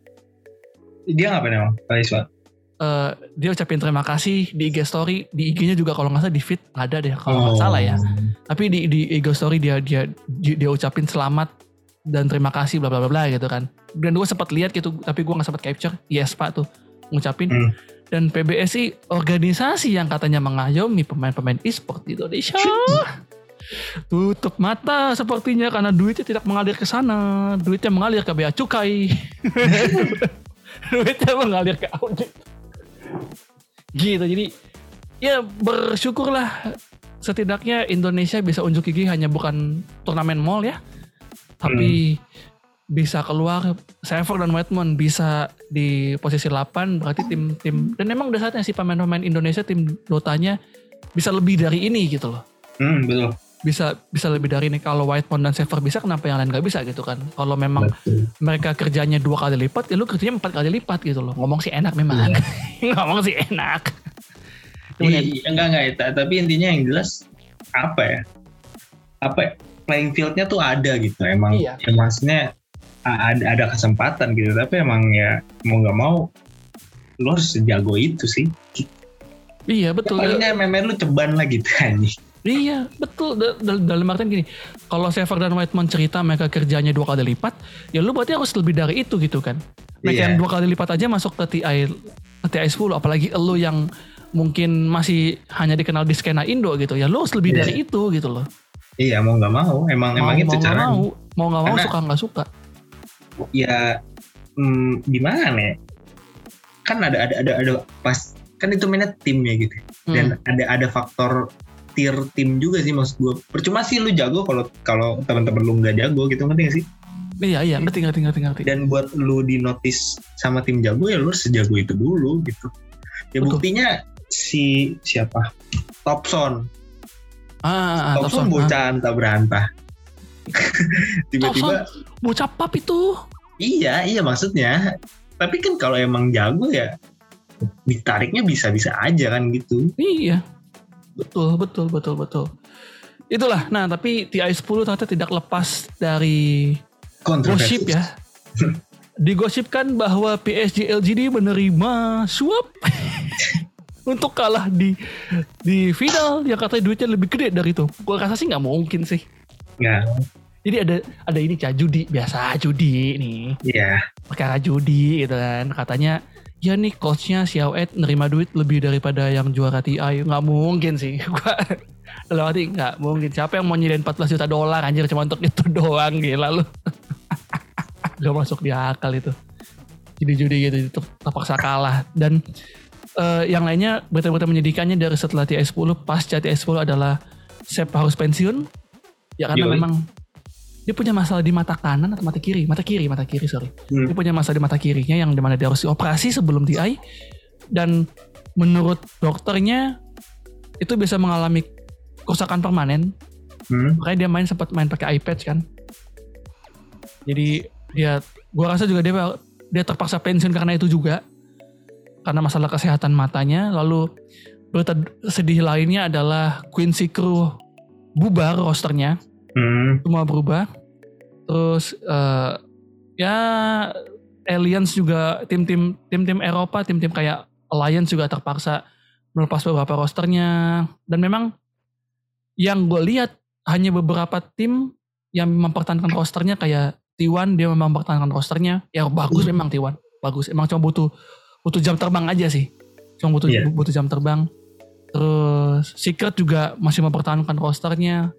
B: Dia ngapain emang Pak Iswan?
C: Dia ucapin terima kasih di IG story, di IG-nya juga kalau nggak salah di feed ada deh kalau nggak salah ya. Tapi di IG story dia ucapin selamat dan terima kasih bla bla bla gitu kan. Dan gue sempat lihat gitu, tapi gue nggak sempat capture. Yes Pak tuh ngucapin. Dan PBSI organisasi yang katanya mengayomi pemain-pemain e-sport di Indonesia tutup mata sepertinya karena duitnya tidak mengalir ke sana, duitnya mengalir ke bea cukai. Duitnya mengalir ke audit. Gitu, jadi ya bersyukurlah setidaknya Indonesia bisa unjuk gigi hanya bukan turnamen mall ya, tapi bisa keluar. Xavier dan Whitemon bisa di posisi 8, berarti tim dan memang udah saatnya si pemain-pemain Indonesia tim Dotanya bisa lebih dari ini gitu loh.
B: Betul.
C: Bisa lebih dari ini. Kalau Whitemon dan Xavier bisa, kenapa yang lain gak bisa gitu kan? Kalau memang mereka kerjanya 2 kali lipat, ya lu kerjanya 4 kali lipat gitu loh. Ngomong sih enak memang. Ngomong sih enak.
B: Enggak. Tapi intinya yang jelas apa ya, playing fieldnya tuh ada gitu. Emang ya maksudnya ada kesempatan gitu. Tapi emang ya mau gak mau lu harus sejago itu sih.
C: Iya betul.
B: Ya, palingnya memen lu ceban lah gitu anjing.
C: Iya betul, dalam artian gini, kalau Xavier dan Whitemon cerita mereka kerjanya 2 kali lipat, ya lu berarti harus lebih dari itu gitu kan. Mereka yang 2 kali lipat aja masuk ke TI 10, apalagi lu yang mungkin masih hanya dikenal di skena Indo gitu, ya lu harus lebih dari itu gitu loh.
B: Iya mau gak mau, emang itu caranya.
C: Mau gak mau, suka gak suka.
B: Ya gimana ya, kan ada pas, kan itu mainnya tim ya gitu, dan ada faktor tier tim juga sih maksud gue. Percuma sih lu jago kalau teman-teman lu nggak jago gitu, ngerti gak sih?
C: Iya ngerti. Dan
B: buat lu di notice sama tim jago ya lu harus sejago itu dulu gitu. Ya betul. Buktinya siapa? Thompson. Thompson bocah antah berantah. Tiba-tiba
C: bocah pap itu.
B: Iya maksudnya. Tapi kan kalau emang jago ya ditariknya bisa-bisa aja kan gitu.
C: Iya. Betul. Itulah. Nah, tapi TI 10 ternyata tidak lepas dari gosip ya. Digosipkan bahwa PSG LGD menerima suap untuk kalah di final yang katanya duitnya lebih gede dari itu. Gue rasa sih nggak mungkin sih.
B: Nggak.
C: Jadi ada ini judi, biasa judi nih.
B: Iya.
C: Perkara judi gitu kan. Katanya ya nih coachnya Xiao Ed nerima duit lebih daripada yang juara TI. Nggak mungkin sih. Gue dalam arti nggak mungkin. Siapa yang mau nyediain $14 juta anjir cuma untuk itu doang, gila lu. Gak masuk di akal itu. Judi gitu itu terpaksa kalah. Dan yang lainnya berita-berita menyedihkannya dari setelah TI 10 pasca TI 10 adalah Sep harus pensiun. Ya karena memang dia punya masalah di mata kanan atau mata kiri sorry. Dia punya masalah di mata kirinya yang dimana dia harus dioperasi sebelum TI, dan menurut dokternya itu bisa mengalami kerusakan permanen. Makanya dia sempat main pakai iPad kan. Jadi gua rasa juga dia terpaksa pensiun karena itu juga, karena masalah kesehatan matanya. Lalu berita sedih lainnya adalah Quincy Crew bubar rosternya. Semua berubah. Terus ya Alliance juga tim-tim Eropa, tim-tim kayak Alliance juga terpaksa melepas beberapa rosternya. Dan memang yang gue lihat hanya beberapa tim yang mempertahankan rosternya, kayak T1 dia memang mempertahankan rosternya. Ya bagus memang T1, bagus. Emang cuma butuh jam terbang aja sih. Cuma butuh jam terbang. Terus Secret juga masih mempertahankan rosternya.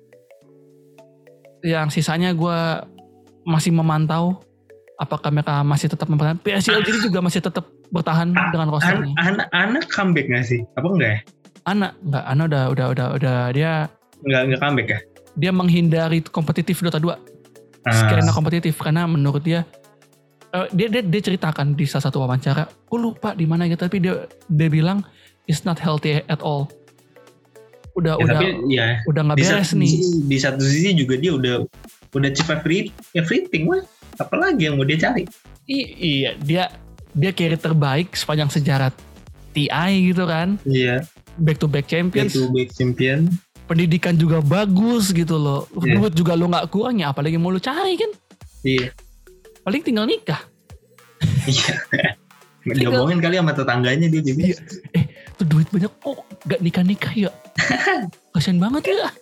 C: Yang sisanya gue masih memantau apakah mereka masih tetap mempertahankan. PSG LGD juga masih tetap bertahan dengan rosternya.
B: Anak comeback gak sih? Apa enggak ya?
C: Anak udah dia
B: enggak comeback ya?
C: Dia menghindari kompetitif Dota 2. Skena kompetitif karena menurut dia dia ceritakan di salah satu wawancara, aku lupa di mana gitu, tapi dia bilang is not healthy at all. Udah nggak beres nih.
B: Di satu sisi juga dia udah cepat everything, wah. Apalagi yang mau dia cari?
C: Iya, dia carry terbaik sepanjang sejarah TI gitu kan.
B: Iya.
C: Back to back champion. Pendidikan juga bagus gitu loh. Duit juga lo nggak kurang ya, apalagi mau lo cari kan?
B: Iya.
C: Paling tinggal nikah.
B: Iya. Diomongin kali sama tetangganya dia juga.
C: Iya. Tuh duit banyak kok gak nikah ya. Kasian banget ya.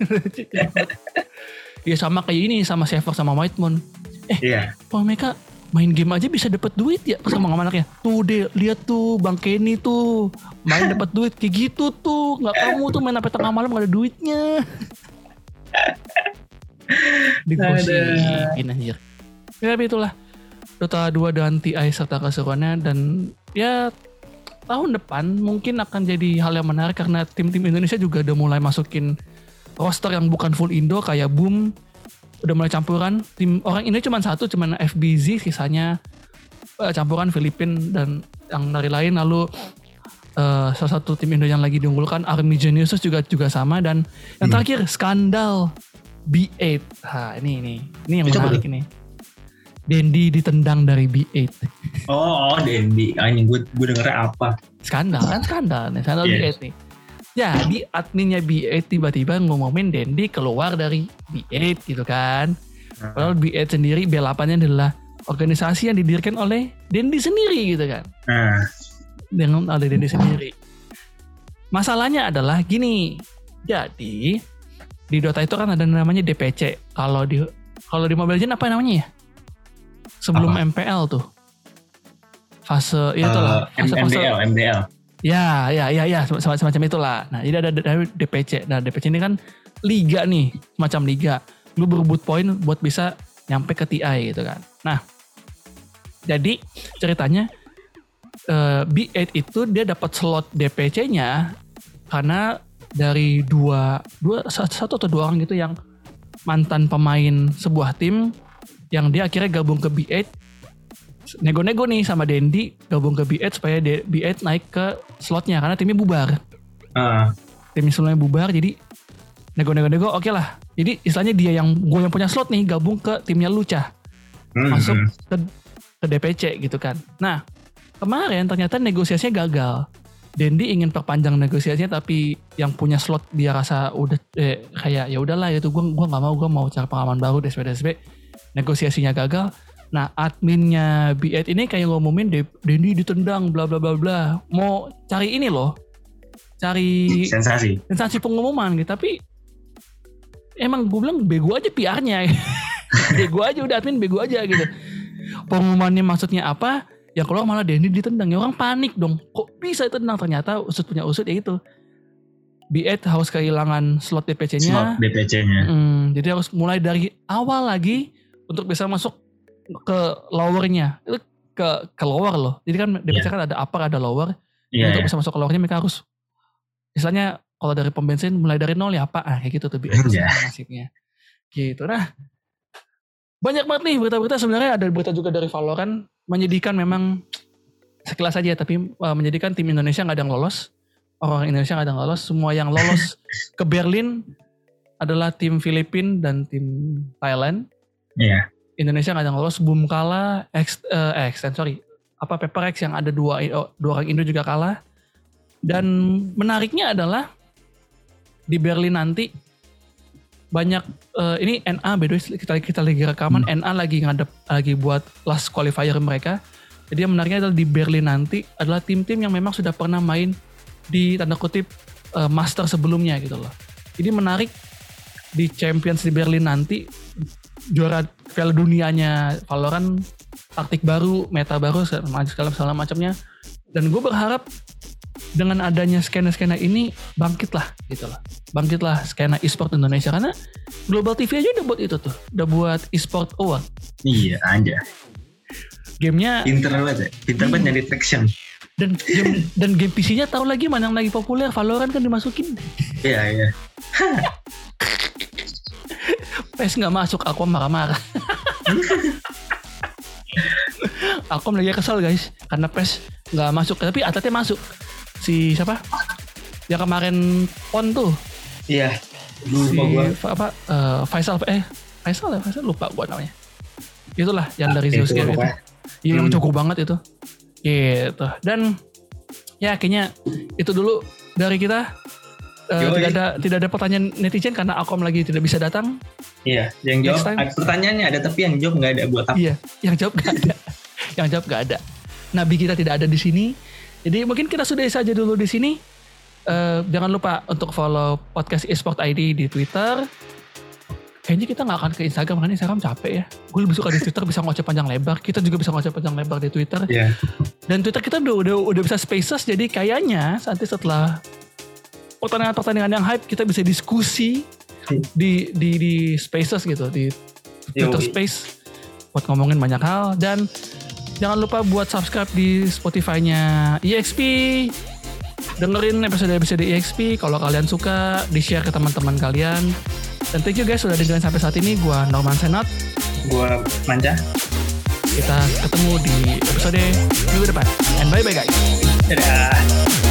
C: Ya sama kayak ini, sama Sever sama Whitemon.
B: Iya.
C: Kalau mereka main game aja bisa dapat duit ya sama anaknya. Tuh deh, lihat tuh Bang Kenny tuh main dapat duit kayak gitu tuh. Nggak kamu tuh main sampai tengah malam gak ada duitnya. Digosikin anjir. Ya tapi itulah Dota 2 dan TI serta keseruannya, dan ya tahun depan mungkin akan jadi hal yang menarik karena tim-tim Indonesia juga udah mulai masukin roster yang bukan full Indo kayak Boom. Udah mulai campuran, tim orang ini cuma FBZ, sisanya campuran Filipina dan yang dari lain. Lalu salah satu tim Indo yang lagi diunggulkan Army Geniuses juga sama, dan yang terakhir skandal B8. Nah, ini yang menarik ini. Dendi ditendang dari B8.
B: Oh Dendi, anjing gue dengernya apa?
C: Skandal B8 nih. Jadi adminnya B8 tiba-tiba ngomongin Dendi keluar dari B8 gitu kan. Padahal B8 sendiri, B8-nya adalah organisasi yang didirikan oleh Dendi sendiri gitu kan. Dengan oleh Dendi sendiri. Masalahnya adalah gini. Jadi di Dota itu kan ada namanya DPC. Kalau di Mobile Legends apa namanya ya? Sebelum MPL tuh. Fase itulah, fase
B: MDL.
C: Ya, semacam itulah. Nah, jadi ada DPC. Nah, DPC ini kan liga nih, semacam liga. Lu berebut poin buat bisa nyampe ke TI gitu kan. Nah, jadi ceritanya B8 itu dia dapat slot DPC-nya karena dari satu atau dua orang gitu yang mantan pemain sebuah tim yang dia akhirnya gabung ke B8. Nego-nego nih sama Dendi gabung ke B8 supaya B8 naik ke slotnya karena timnya bubar. Timnya sebelumnya bubar, jadi nego-nego oke lah. Jadi istilahnya gue yang punya slot nih gabung ke timnya Lucha. Masuk ke DPC gitu kan. Nah, kemarin ternyata negosiasinya gagal. Dendi ingin perpanjang negosiasinya, tapi yang punya slot dia rasa udah kayak ya udahlah itu gue nggak mau cari pengalaman baru DSB. Negosiasinya gagal. Nah, adminnya B8 ini kayak ngomongin Dendi ditendang bla bla bla bla. Mau cari ini loh. Cari sensasi pengumuman gitu. Tapi emang gue bilang bego aja PR-nya. Bego aja, udah admin bego aja gitu. Pengumumannya maksudnya apa? Yang keluar malah Dendi ditendang. Ya orang panik dong. Kok bisa ditendang? Ternyata usut punya usut ya itu. B8 harus kehilangan slot DPC-nya. Jadi harus mulai dari awal lagi untuk bisa masuk ke lowernya, itu ke lower loh. Jadi kan DPC kan ada upper ada lower. Untuk bisa masuk ke lowernya mereka harus, istilahnya kalau dari pom bensin mulai dari nol ya apa kayak gitu tuh nasibnya. Gitu. Nah, banyak banget nih berita-berita. Sebenarnya ada berita juga dari Valorant, menyedihkan memang sekilas aja, tapi menyedihkan tim Indonesia nggak ada yang lolos. Orang Indonesia nggak ada yang lolos. Semua yang lolos ke Berlin adalah tim Filipina dan tim Thailand. Iya. Indonesia nggak ada yang lolos. Boom kalah, Paper X yang ada dua orang Indo juga kalah. Dan menariknya adalah di Berlin nanti banyak ini NA by the way, kita lagi rekaman, NA lagi buat last qualifier mereka. Jadi yang menariknya adalah di Berlin nanti adalah tim-tim yang memang sudah pernah main di tanda kutip master sebelumnya gitu loh. Jadi menarik di Champions di Berlin nanti, juara Piala Dunianya Valorant, taktik baru, meta baru, segala macamnya. Dan gue berharap dengan adanya skena-skena ini bangkitlah skena e-sport Indonesia, karena Global TV aja udah buat itu tuh, udah buat e-sport award.
B: Iya aja.
C: Gamenya
B: pinter banget nyari traction.
C: Dan game PC-nya tahu lagi mana yang lagi populer, Valorant kan dimasukin.
B: Iya.
C: PES nggak masuk, aku marah-marah. Aku lagi kesel guys karena PES nggak masuk, tapi atletnya masuk. Si siapa? Yang kemarin PON tuh.
B: Iya. Lupa gua.
C: Faisal lupa gua namanya. Itulah yang dari Zeus Game itu. Iya, yang cukup banget itu. Gitu. Dan ya kayaknya itu dulu dari kita. Tidak ada pertanyaan netizen karena Akom lagi tidak bisa datang.
B: Iya, yang jawab pertanyaannya ada tapi yang jawab nggak ada buat apa?
C: Iya, yang jawab nggak ada. Yang jawab nggak ada. Nabi kita tidak ada di sini. Jadi mungkin kita sudah saja dulu di sini. Jangan lupa untuk follow podcast eSport ID di Twitter. Kayaknya kita nggak akan ke Instagram karena Instagram capek ya. Gue lebih suka di Twitter, bisa ngoceh panjang lebar. Kita juga bisa ngoceh panjang lebar di Twitter.
B: Yeah.
C: Dan Twitter kita udah bisa Spaces. Jadi kayaknya nanti setelah pertandingan yang hype kita bisa diskusi di Spaces gitu, di Twitter Space buat ngomongin banyak hal. Dan jangan lupa buat subscribe di Spotify-nya EXP, dengerin episode-episode EXP. Kalau kalian suka, di-share ke teman-teman kalian. Dan thank you guys sudah dengerin sampai saat ini. Gua Norman Senot,
B: gua Manca.
C: Kita ketemu di episode minggu depan. And bye-bye guys.
B: Dadah.